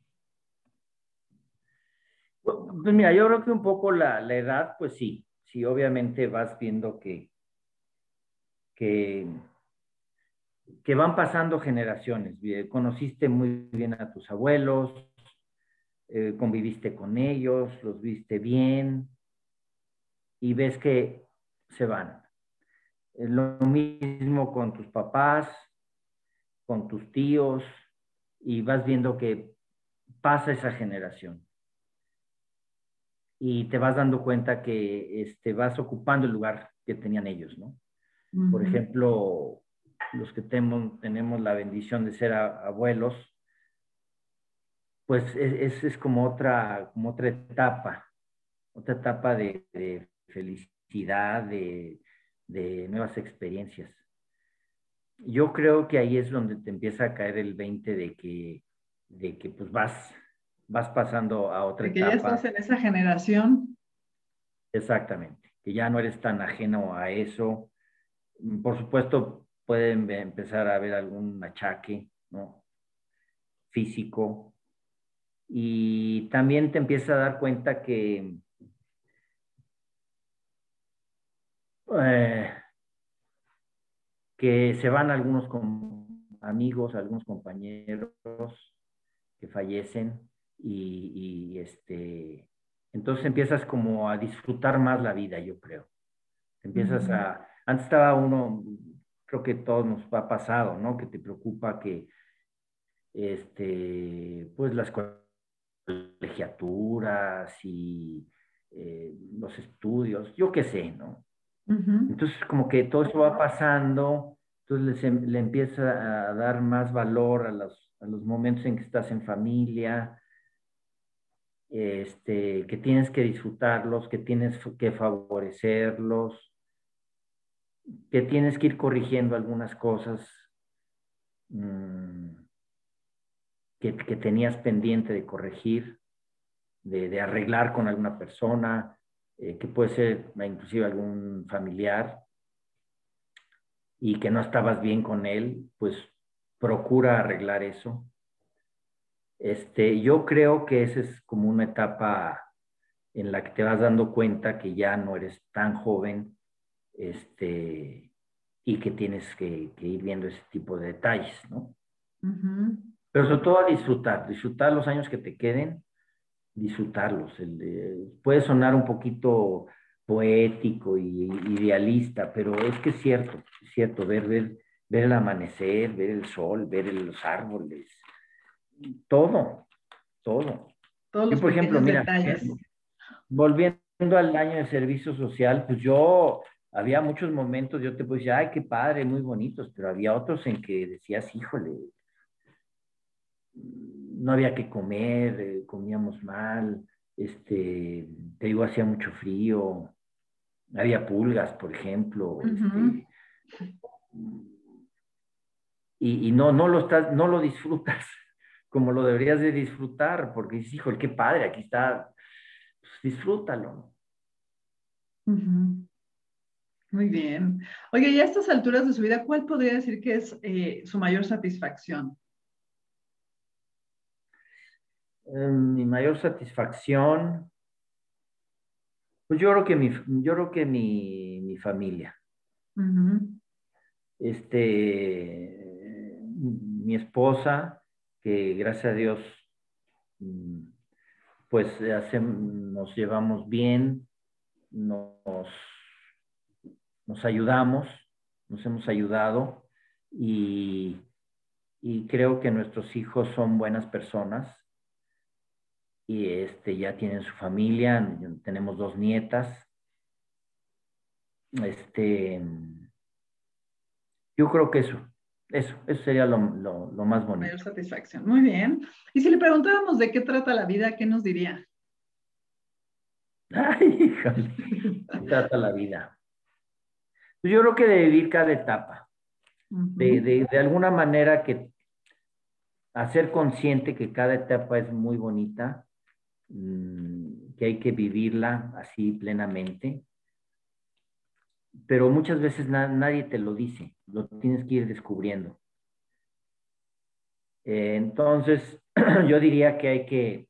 Pues mira, yo creo que un poco la, la edad, pues sí, sí, obviamente vas viendo que, que, que van pasando generaciones. Conociste muy bien a tus abuelos, eh, conviviste con ellos, los viste bien y ves que se van. Es lo mismo con tus papás, con tus tíos, y vas viendo que pasa esa generación. Y te vas dando cuenta que este, vas ocupando el lugar que tenían ellos, ¿no? Por Ujú, ejemplo, los que tenemos, tenemos la bendición de ser a, abuelos, pues es, es, es, como, otra, como otra etapa, otra etapa de, de felicidad, de, de nuevas experiencias. Yo creo que ahí es donde te empieza a caer el veinte de que de que pues vas, vas pasando a otra De que ya estás etapa. en esa generación. Exactamente, que ya no eres tan ajeno a eso. Por supuesto, pueden empezar a haber algún achaque, ¿no? Físico. Y también te empiezas a dar cuenta que eh, que se van algunos com amigos, algunos compañeros que fallecen y, y, este, entonces empiezas como a disfrutar más la vida, yo creo. Empiezas Ujú. a, antes estaba uno, creo que todos nos ha pasado, ¿no? Que te preocupa que, este, pues las colegiaturas y eh, los estudios, yo qué sé, ¿no? Ujú. Entonces, como que todo eso va pasando, entonces le, le empieza a dar más valor a los, a los momentos en que estás en familia, este, que tienes que disfrutarlos, que tienes que favorecerlos, que tienes que ir corrigiendo algunas cosas mmm, que, que, tenías pendiente de corregir, de, de arreglar con alguna persona, eh, que puede ser inclusive algún familiar, y que no estabas bien con él, pues procura arreglar eso. Este, yo creo que esa es como una etapa en la que te vas dando cuenta que ya no eres tan joven, este, y que tienes que, que ir viendo ese tipo de detalles, ¿no? Ujú. Pero sobre todo a disfrutar, disfrutar los años que te queden, disfrutarlos. El de- puede sonar un poquito poético y idealista, pero es que es cierto, es cierto, ver, ver, ver el amanecer, ver el sol, ver el- los árboles, todo, todo. Todos Yo, los por ejemplo, pequeños mira, eh, detalles. volviendo al año de servicio social, pues yo, había muchos momentos, yo te puedo decir, ay, qué padre, muy bonitos, pero había otros en que decías, híjole, no había que comer, eh, comíamos mal, este, te digo, hacía mucho frío, había pulgas, por ejemplo, Ujú. este, y, y no, no lo estás, no lo disfrutas como lo deberías de disfrutar, porque dices, híjole, qué padre, aquí está, pues, disfrútalo. Ujú. Muy bien. Oye, y a estas alturas de su vida, ¿cuál podría decir que es eh, su mayor satisfacción? Eh, mi mayor satisfacción, pues yo creo que mi, yo creo que mi, mi familia. Ujú. Este, mi esposa, que gracias a Dios, mm, pues hace- nos llevamos bien, nos, nos ayudamos, nos hemos ayudado y, y creo que nuestros hijos son buenas personas y este, ya tienen su familia, tenemos dos nietas. Este, yo creo que eso, eso, eso sería lo, lo, lo más Mayor bonito. satisfacción. Muy bien. Y si le preguntáramos de qué trata la vida, ¿qué nos diría? Ay, híjole, ¿qué trata la vida? Pues yo creo que de vivir cada etapa, de, Ujú. de, de alguna manera que hacer consciente que cada etapa es muy bonita, mmm, que hay que vivirla así plenamente, pero muchas veces na nadie te lo dice, lo tienes que ir descubriendo. Eh, entonces, yo diría que hay que,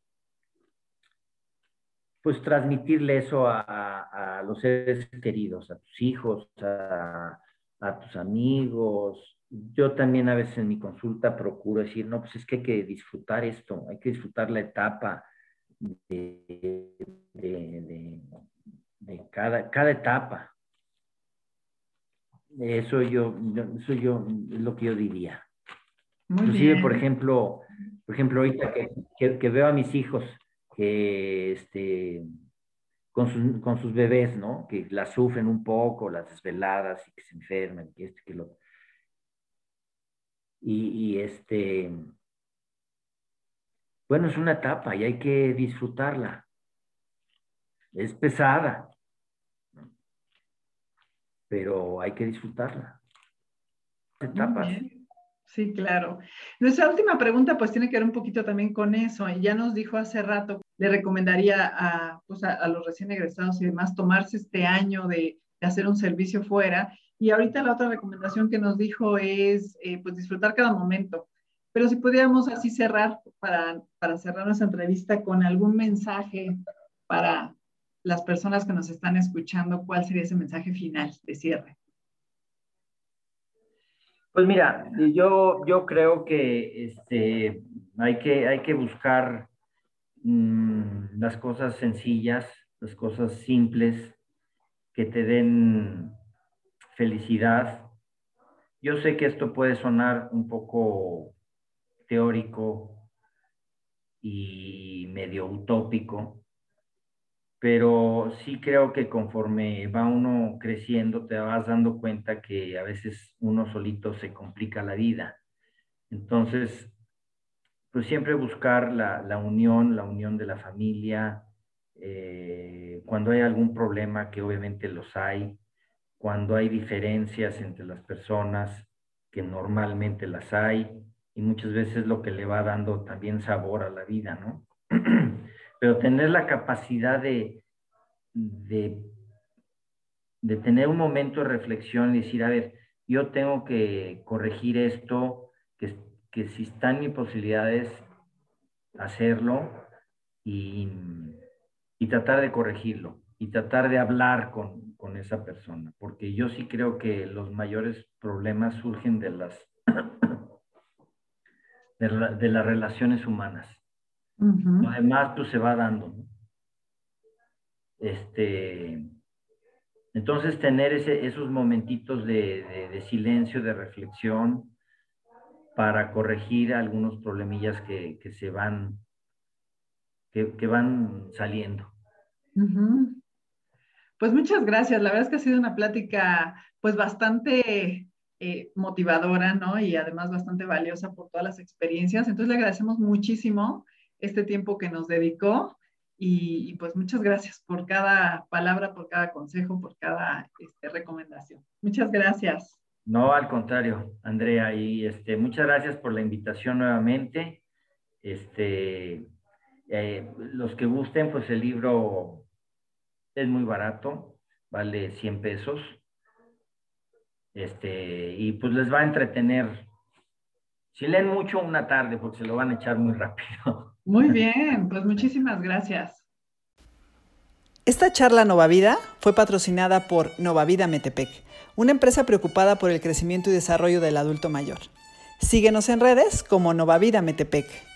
pues, transmitirle eso a, a, a los seres queridos, a tus hijos, a, a tus amigos. Yo también a veces en mi consulta procuro decir, no, pues es que hay que disfrutar esto, hay que disfrutar la etapa de, de, de, de cada, cada etapa. Eso yo, yo- eso yo, es lo que yo diría. Muy Inclusive, por bien. ejemplo, por ejemplo, ahorita que, que, que veo a mis hijos que, este, con sus, con sus bebés, ¿no? Que las sufren un poco, las desveladas y que se enferman, que esto, que lo... Y, y este, bueno, es una etapa y hay que disfrutarla. Es pesada, pero hay que disfrutarla. Muy Etapas. bien. Sí, claro. Nuestra última pregunta pues tiene que ver un poquito también con eso. Y ya nos dijo hace rato, le recomendaría a, pues, a, a los recién egresados y demás tomarse este año de, de hacer un servicio fuera. Y ahorita la otra recomendación que nos dijo es eh, pues disfrutar cada momento. Pero si pudiéramos así cerrar, para, para cerrar nuestra entrevista con algún mensaje para las personas que nos están escuchando, ¿cuál sería ese mensaje final de cierre? Pues mira, yo, yo creo que este, hay que, hay que buscar mmm, las cosas sencillas, las cosas simples que te den felicidad. Yo sé que esto puede sonar un poco teórico y medio utópico, pero sí creo que conforme va uno creciendo te vas dando cuenta que a veces uno solito se complica la vida. Entonces, pues siempre buscar la, la unión, la unión de la familia, eh, cuando hay algún problema, que obviamente los hay, cuando hay diferencias entre las personas, que normalmente las hay, y muchas veces lo que le va dando también sabor a la vida, ¿no? Pero tener la capacidad de, de, de tener un momento de reflexión y decir, a ver, yo tengo que corregir esto, que, que si están mis posibilidades, hacerlo y, y tratar de corregirlo y tratar de hablar con, con esa persona, porque yo sí creo que los mayores problemas surgen de las, de, la, de las relaciones humanas. Uh-huh. Lo demás pues se va dando, ¿no? Este, entonces tener ese, esos momentitos de, de, de silencio, de reflexión, para corregir algunos problemillas que, que se van, que, que van saliendo. Uh-huh. Pues muchas gracias. La verdad es que ha sido una plática pues bastante eh, motivadora, ¿no? Y además bastante valiosa por todas las experiencias. Entonces le agradecemos muchísimo este tiempo que nos dedicó y, y pues muchas gracias por cada palabra, por cada consejo, por cada este, recomendación. Muchas gracias. No, al contrario, Andrea, y este, muchas gracias por la invitación nuevamente. Este, eh, los que gusten, pues el libro es muy barato, vale cien pesos. Este, y pues les va a entretener. Si leen mucho, una tarde, porque se lo van a echar muy rápido. Muy bien, pues muchísimas gracias. Esta charla Nova Vida fue patrocinada por Nova Vida Metepec, una empresa preocupada por el crecimiento y desarrollo del adulto mayor. Síguenos en redes como Nova Vida Metepec.